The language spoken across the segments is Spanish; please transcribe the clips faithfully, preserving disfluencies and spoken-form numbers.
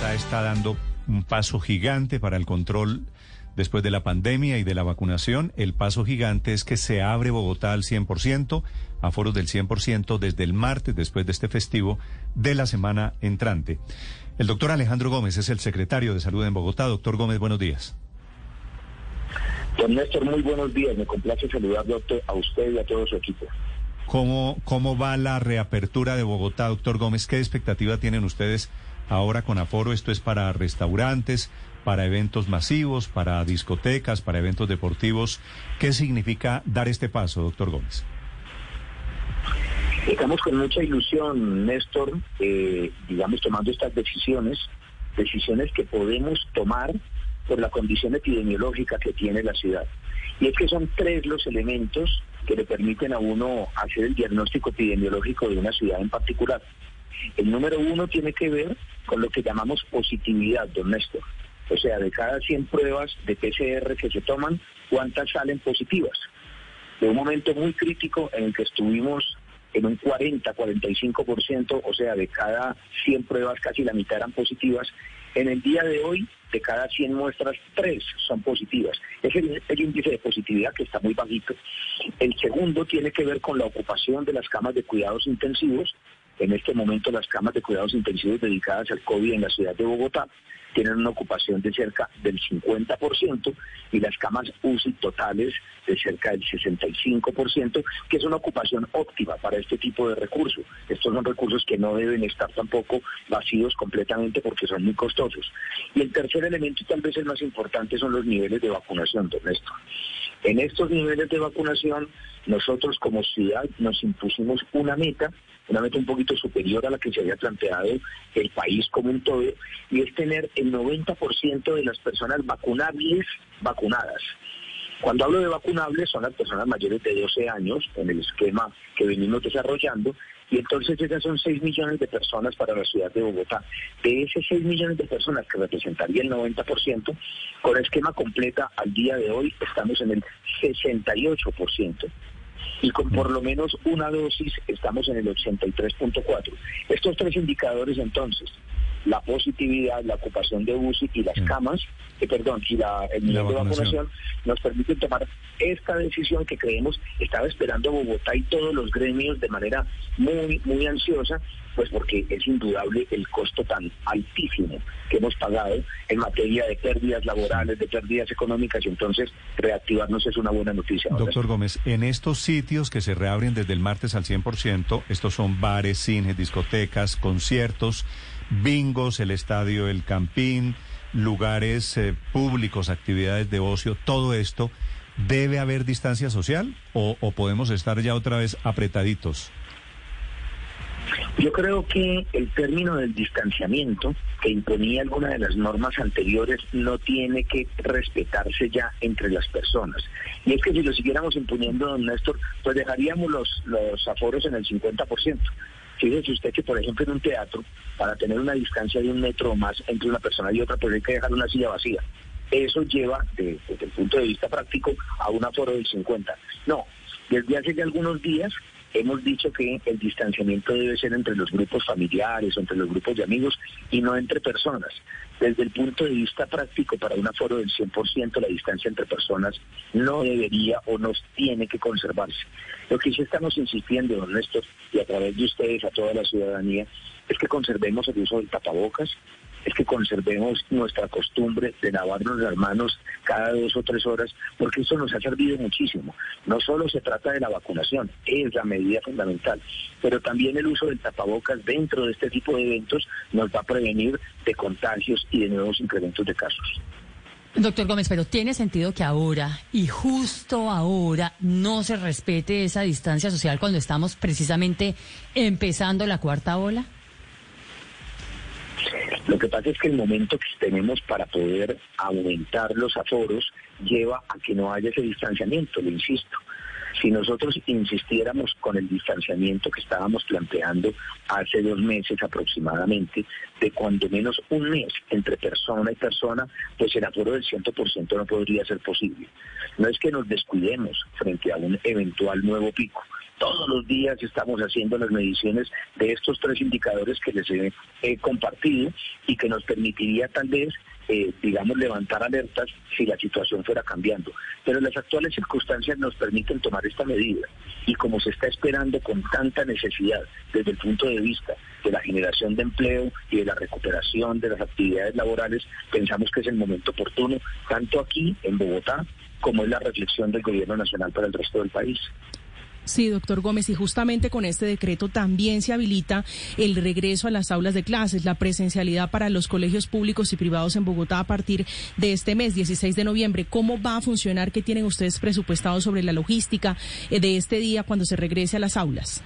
Bogotá está dando un paso gigante para el control después de la pandemia y de la vacunación. El paso gigante es que se abre Bogotá al cien por ciento, aforos del cien por ciento desde el martes, después de este festivo de la semana entrante. El doctor Alejandro Gómez es el secretario de Salud en Bogotá. Doctor Gómez, buenos días. Don Néstor, muy buenos días. Me complace saludarlo a usted y a todo su equipo. ¿Cómo, cómo va la reapertura de Bogotá, doctor Gómez? ¿Qué expectativa tienen ustedes ahora con aforo? Esto es para restaurantes, para eventos masivos, para discotecas, para eventos deportivos. ¿Qué significa dar este paso, doctor Gómez? Estamos con mucha ilusión, Néstor, eh, digamos, tomando estas decisiones, decisiones que podemos tomar por la condición epidemiológica que tiene la ciudad. Y es que son tres los elementos que le permiten a uno hacer el diagnóstico epidemiológico de una ciudad en particular. El número uno tiene que ver con lo que llamamos positividad, don Néstor. O sea, de cada cien pruebas de P C R que se toman, ¿cuántas salen positivas? De un momento muy crítico en el que estuvimos en un cuarenta, cuarenta y cinco por ciento, o sea, de cada cien pruebas casi la mitad eran positivas. En el día de hoy, de cada cien muestras, tres son positivas. Es el, el índice de positividad que está muy bajito. El segundo tiene que ver con la ocupación de las camas de cuidados intensivos. En este momento las camas de cuidados intensivos dedicadas al COVID en la ciudad de Bogotá tienen una ocupación de cerca del cincuenta por ciento y las camas U C I totales de cerca del sesenta y cinco por ciento, que es una ocupación óptima para este tipo de recursos. Estos son recursos que no deben estar tampoco vacíos completamente porque son muy costosos. Y el tercer elemento, y tal vez el más importante, son los niveles de vacunación, don Néstor. En estos niveles de vacunación, nosotros como ciudad nos impusimos una meta, una meta un poquito superior a la que se había planteado el país como un todo, y es tener el noventa por ciento de las personas vacunables vacunadas. Cuando hablo de vacunables son las personas mayores de doce años, en el esquema que venimos desarrollando, y entonces esas son seis millones de personas para la ciudad de Bogotá. De esos seis millones de personas, que representaría el noventa por ciento, con el esquema completa al día de hoy estamos en el sesenta y ocho por ciento. Y con por lo menos una dosis estamos en el ochenta y tres punto cuatro. Estos tres indicadores entonces, la positividad, la ocupación de U C I y las camas, eh, perdón, y la, el nivel de vacunación, nos permiten tomar esta decisión que creemos estaba esperando Bogotá y todos los gremios de manera muy, muy ansiosa, pues porque es indudable el costo tan altísimo que hemos pagado en materia de pérdidas laborales, de pérdidas económicas, y entonces reactivarnos es una buena noticia. Doctor Gómez, en estos sitios que se reabren desde el martes al cien por ciento, estos son bares, cines, discotecas, conciertos, bingos, el estadio El Campín, lugares eh, públicos, actividades de ocio, todo esto, ¿debe haber distancia social o, o podemos estar ya otra vez apretaditos? Yo creo que el término del distanciamiento que imponía alguna de las normas anteriores no tiene que respetarse ya entre las personas. Y es que si lo siguiéramos imponiendo, don Néstor, pues dejaríamos los, los aforos en el cincuenta por ciento. Fíjese usted que, por ejemplo, en un teatro, para tener una distancia de un metro o más entre una persona y otra, pues hay que dejar una silla vacía. Eso lleva, de, desde el punto de vista práctico, a un aforo del cincuenta. No, desde hace ya algunos días hemos dicho que el distanciamiento debe ser entre los grupos familiares o entre los grupos de amigos y no entre personas. Desde el punto de vista práctico, para un aforo del cien por ciento, la distancia entre personas no debería o no tiene que conservarse. Lo que sí estamos insistiendo, don Néstor, y a través de ustedes a toda la ciudadanía, es que conservemos el uso del tapabocas, es que conservemos nuestra costumbre de lavarnos las manos cada dos o tres horas, porque eso nos ha servido muchísimo. No solo se trata de la vacunación, es la medida fundamental, pero también el uso del tapabocas dentro de este tipo de eventos nos va a prevenir de contagios y de nuevos incrementos de casos. Doctor Gómez, pero ¿tiene sentido que ahora, y justo ahora, no se respete esa distancia social cuando estamos precisamente empezando la cuarta ola? Lo que pasa es que el momento que tenemos para poder aumentar los aforos lleva a que no haya ese distanciamiento, le insisto. Si nosotros insistiéramos con el distanciamiento que estábamos planteando hace dos meses aproximadamente, de cuando menos un mes entre persona y persona, pues el aforo del cien por ciento no podría ser posible. No es que nos descuidemos frente a un eventual nuevo pico. Todos los días estamos haciendo las mediciones de estos tres indicadores que les he, he compartido y que nos permitiría tal vez, eh, digamos, levantar alertas si la situación fuera cambiando. Pero las actuales circunstancias nos permiten tomar esta medida y como se está esperando con tanta necesidad desde el punto de vista de la generación de empleo y de la recuperación de las actividades laborales, pensamos que es el momento oportuno, tanto aquí en Bogotá como es la reflexión del Gobierno Nacional para el resto del país. Sí, doctor Gómez, y justamente con este decreto también se habilita el regreso a las aulas de clases, la presencialidad para los colegios públicos y privados en Bogotá a partir de este mes, dieciséis de noviembre. ¿Cómo va a funcionar? ¿Qué tienen ustedes presupuestado sobre la logística de este día cuando se regrese a las aulas?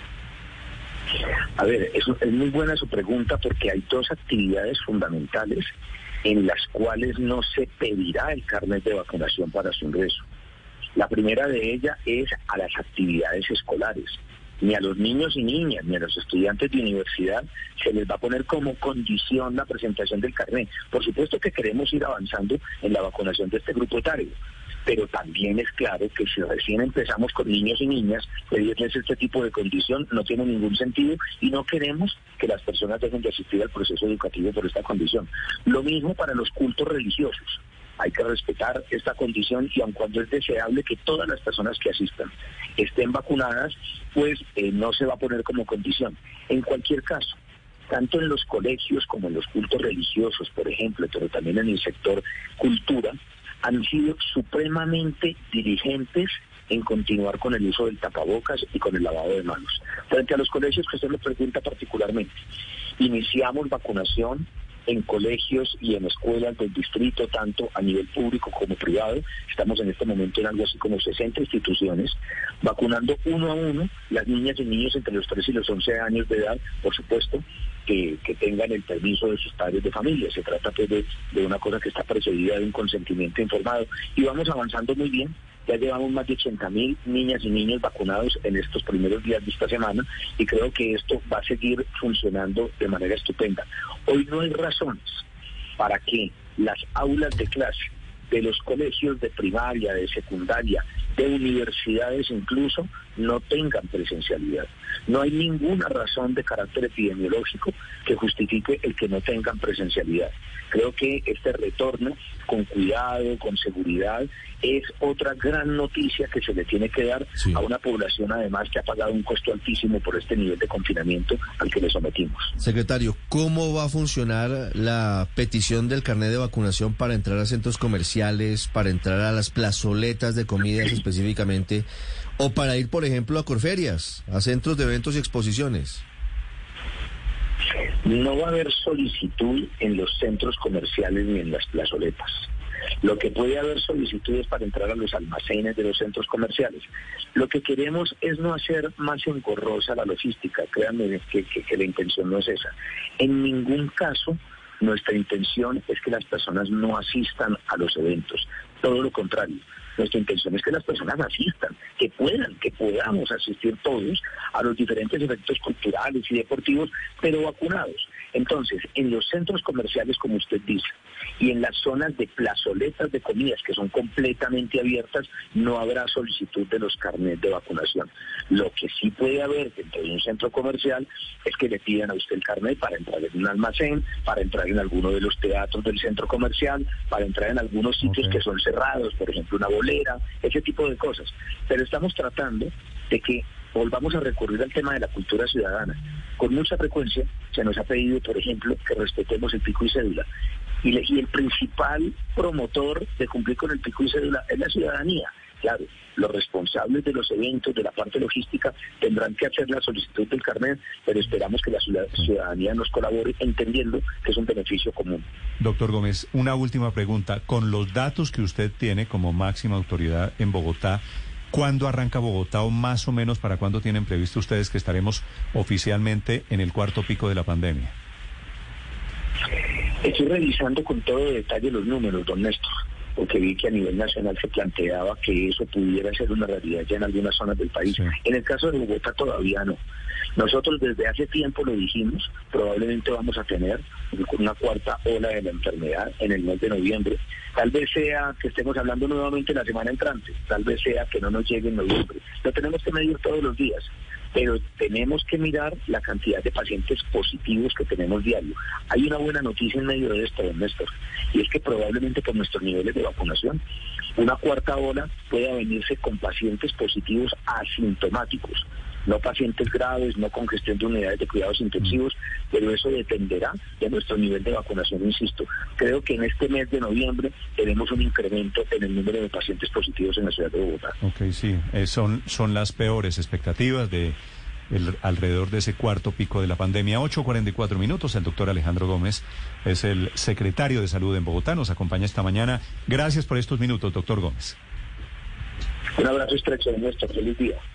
A ver, eso es muy buena su pregunta porque hay dos actividades fundamentales en las cuales no se pedirá el carnet de vacunación para su ingreso. La primera de ellas es a las actividades escolares. Ni a los niños y niñas, ni a los estudiantes de universidad se les va a poner como condición la presentación del carnet. Por supuesto que queremos ir avanzando en la vacunación de este grupo etario, pero también es claro que si recién empezamos con niños y niñas, pedirles este tipo de condición no tiene ningún sentido y no queremos que las personas dejen de asistir al proceso educativo por esta condición. Lo mismo para los cultos religiosos. Hay que respetar esta condición y aun cuando es deseable que todas las personas que asistan estén vacunadas, pues eh, no se va a poner como condición. En cualquier caso, tanto en los colegios como en los cultos religiosos, por ejemplo, pero también en el sector cultura, han sido supremamente diligentes en continuar con el uso del tapabocas y con el lavado de manos. Frente a los colegios que usted me pregunta particularmente, iniciamos vacunación en colegios y en escuelas del distrito, tanto a nivel público como privado. Estamos en este momento en algo así como sesenta instituciones, vacunando uno a uno las niñas y niños entre los tres y los once años de edad, por supuesto, que, que tengan el permiso de sus padres de familia. Se trata pues de, de una cosa que está precedida de un consentimiento informado y vamos avanzando muy bien. Ya llevamos más de ochenta mil niñas y niños vacunados en estos primeros días de esta semana y creo que esto va a seguir funcionando de manera estupenda. Hoy no hay razones para que las aulas de clase de los colegios de primaria, de secundaria, de universidades incluso, no tengan presencialidad. No hay ninguna razón de carácter epidemiológico que justifique el que no tengan presencialidad. Creo que este retorno, con cuidado, con seguridad, es otra gran noticia que se le tiene que dar sí. a una población además que ha pagado un costo altísimo por este nivel de confinamiento al que le sometimos. Secretario, ¿cómo va a funcionar la petición del carnet de vacunación para entrar a centros comerciales, para entrar a las plazoletas de comidas específicamente, o para ir, por ejemplo, a Corferias, a centros de eventos y exposiciones? No va a haber solicitud en los centros comerciales ni en las plazoletas. Lo que puede haber solicitudes para entrar a los almacenes de los centros comerciales. Lo que queremos es no hacer más engorrosa la logística. Créanme que, que, que la intención no es esa. En ningún caso nuestra intención es que las personas no asistan a los eventos. Todo lo contrario. Nuestra intención es que las personas asistan, que puedan, que podamos asistir todos a los diferentes eventos culturales y deportivos, pero vacunados. Entonces, en los centros comerciales, como usted dice, y en las zonas de plazoletas de comidas que son completamente abiertas, no habrá solicitud de los carnets de vacunación. Lo que sí puede haber dentro de un centro comercial es que le pidan a usted el carnet para entrar en un almacén, para entrar en alguno de los teatros del centro comercial, para entrar en algunos sitios okay. que son cerrados, por ejemplo una bolera, ese tipo de cosas. Pero estamos tratando de que volvamos a recurrir al tema de la cultura ciudadana. Con mucha frecuencia se nos ha pedido, por ejemplo, que respetemos el pico y cédula. Y, le, y el principal promotor de cumplir con el pico y cédula es la ciudadanía. Claro, los responsables de los eventos, de la parte logística, tendrán que hacer la solicitud del carnet, pero esperamos que la ciudadanía nos colabore entendiendo que es un beneficio común. Doctor Gómez, una última pregunta. Con los datos que usted tiene como máxima autoridad en Bogotá, ¿cuándo arranca Bogotá o más o menos para cuándo tienen previsto ustedes que estaremos oficialmente en el cuarto pico de la pandemia? Estoy revisando con todo detalle los números, don Néstor. porque vi que a nivel nacional se planteaba que eso pudiera ser una realidad ya en algunas zonas del país. Sí. En el caso de Bogotá todavía no. Nosotros desde hace tiempo lo dijimos, probablemente vamos a tener una cuarta ola de la enfermedad en el mes de noviembre. Tal vez sea que estemos hablando nuevamente la semana entrante, tal vez sea que no nos llegue en noviembre. Lo tenemos que medir todos los días, pero tenemos que mirar la cantidad de pacientes positivos que tenemos diario. Hay una buena noticia en medio de esto, don Néstor, y es que probablemente por nuestros niveles de vacunación, una cuarta ola pueda venirse con pacientes positivos asintomáticos, no pacientes graves, no con gestión de unidades de cuidados intensivos, pero eso dependerá de nuestro nivel de vacunación, insisto. Creo que en este mes de noviembre tenemos un incremento en el número de pacientes positivos en la ciudad de Bogotá. Ok, sí, eh, son, son las peores expectativas de el, alrededor de ese cuarto pico de la pandemia. ocho cuarenta y cuatro minutos, el doctor Alejandro Gómez es el secretario de Salud en Bogotá, nos acompaña esta mañana. Gracias por estos minutos, doctor Gómez. Un abrazo estrecho de nuestro feliz día.